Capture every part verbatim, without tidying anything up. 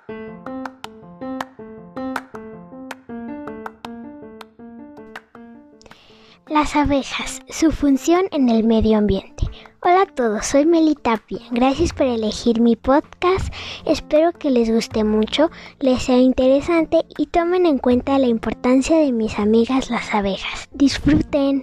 Las abejas, su función en el medio ambiente. Hola a todos, soy Meli Tapia. Gracias por elegir mi podcast. Espero que les guste mucho, les sea interesante y tomen en cuenta la importancia de mis amigas las abejas. Disfruten.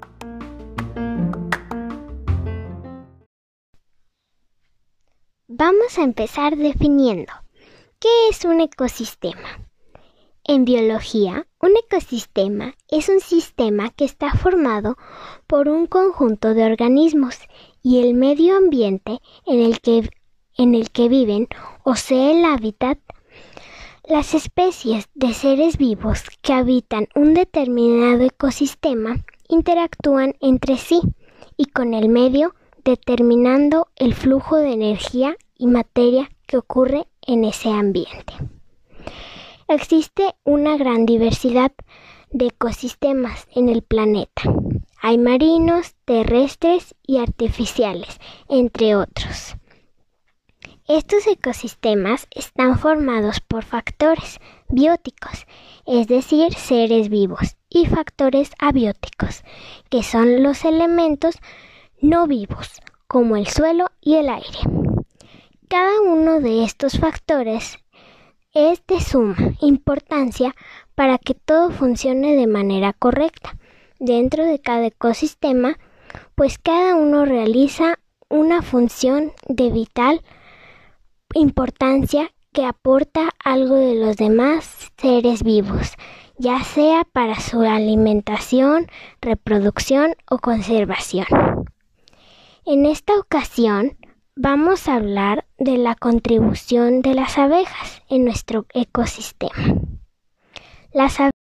Vamos a empezar definiendo. ¿Qué es un ecosistema? En biología, un ecosistema es un sistema que está formado por un conjunto de organismos y el medio ambiente en el que, en el que viven, o sea, el hábitat. Las especies de seres vivos que habitan un determinado ecosistema interactúan entre sí y con el medio, determinando el flujo de energía y materia que ocurre en ese ambiente. Existe una gran diversidad de ecosistemas en el planeta. Hay marinos, terrestres y artificiales, entre otros. Estos ecosistemas están formados por factores bióticos, es decir, seres vivos, y factores abióticos, que son los elementos no vivos, como el suelo y el aire. Cada uno de estos factores es de suma importancia para que todo funcione de manera correcta dentro de cada ecosistema, pues cada uno realiza una función de vital importancia que aporta algo de los demás seres vivos, ya sea para su alimentación, reproducción o conservación. En esta ocasión vamos a hablar de la contribución de las abejas en nuestro ecosistema. Las abe-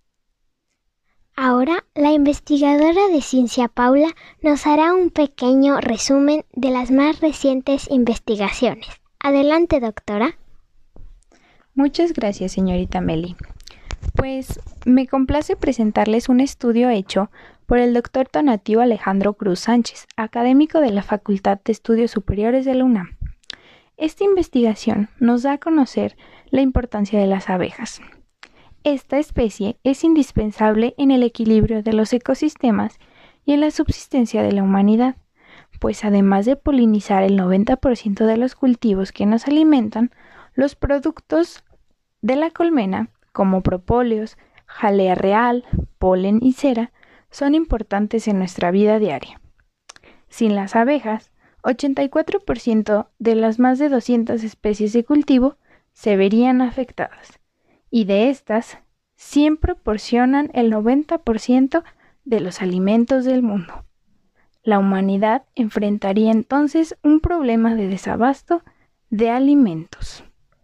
Ahora, la investigadora de ciencia Paula nos hará un pequeño resumen de las más recientes investigaciones. Adelante, doctora. Muchas gracias, señorita Meli. Pues me complace presentarles un estudio hecho por el doctor Tonatiuh Alejandro Cruz Sánchez, académico de la Facultad de Estudios Superiores de la UNAM. Esta investigación nos da a conocer la importancia de las abejas. Esta especie es indispensable en el equilibrio de los ecosistemas y en la subsistencia de la humanidad, pues además de polinizar el noventa por ciento de los cultivos que nos alimentan, los productos de la colmena, como propóleos, jalea real, polen y cera, son importantes en nuestra vida diaria. Sin las abejas, ochenta y cuatro por ciento de las más de doscientas especies de cultivo se verían afectadas, y de estas, cien proporcionan el noventa por ciento de los alimentos del mundo. La humanidad enfrentaría entonces un problema de desabasto de alimentos.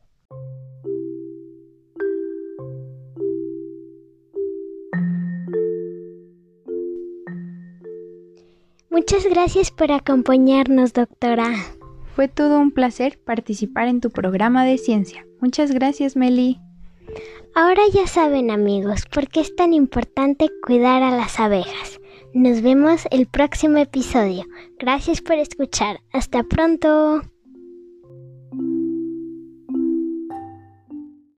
Muchas gracias por acompañarnos, doctora. Fue todo un placer participar en tu programa de ciencia. Muchas gracias, Meli. Ahora ya saben, amigos, por qué es tan importante cuidar a las abejas. Nos vemos el próximo episodio. Gracias por escuchar. Hasta pronto.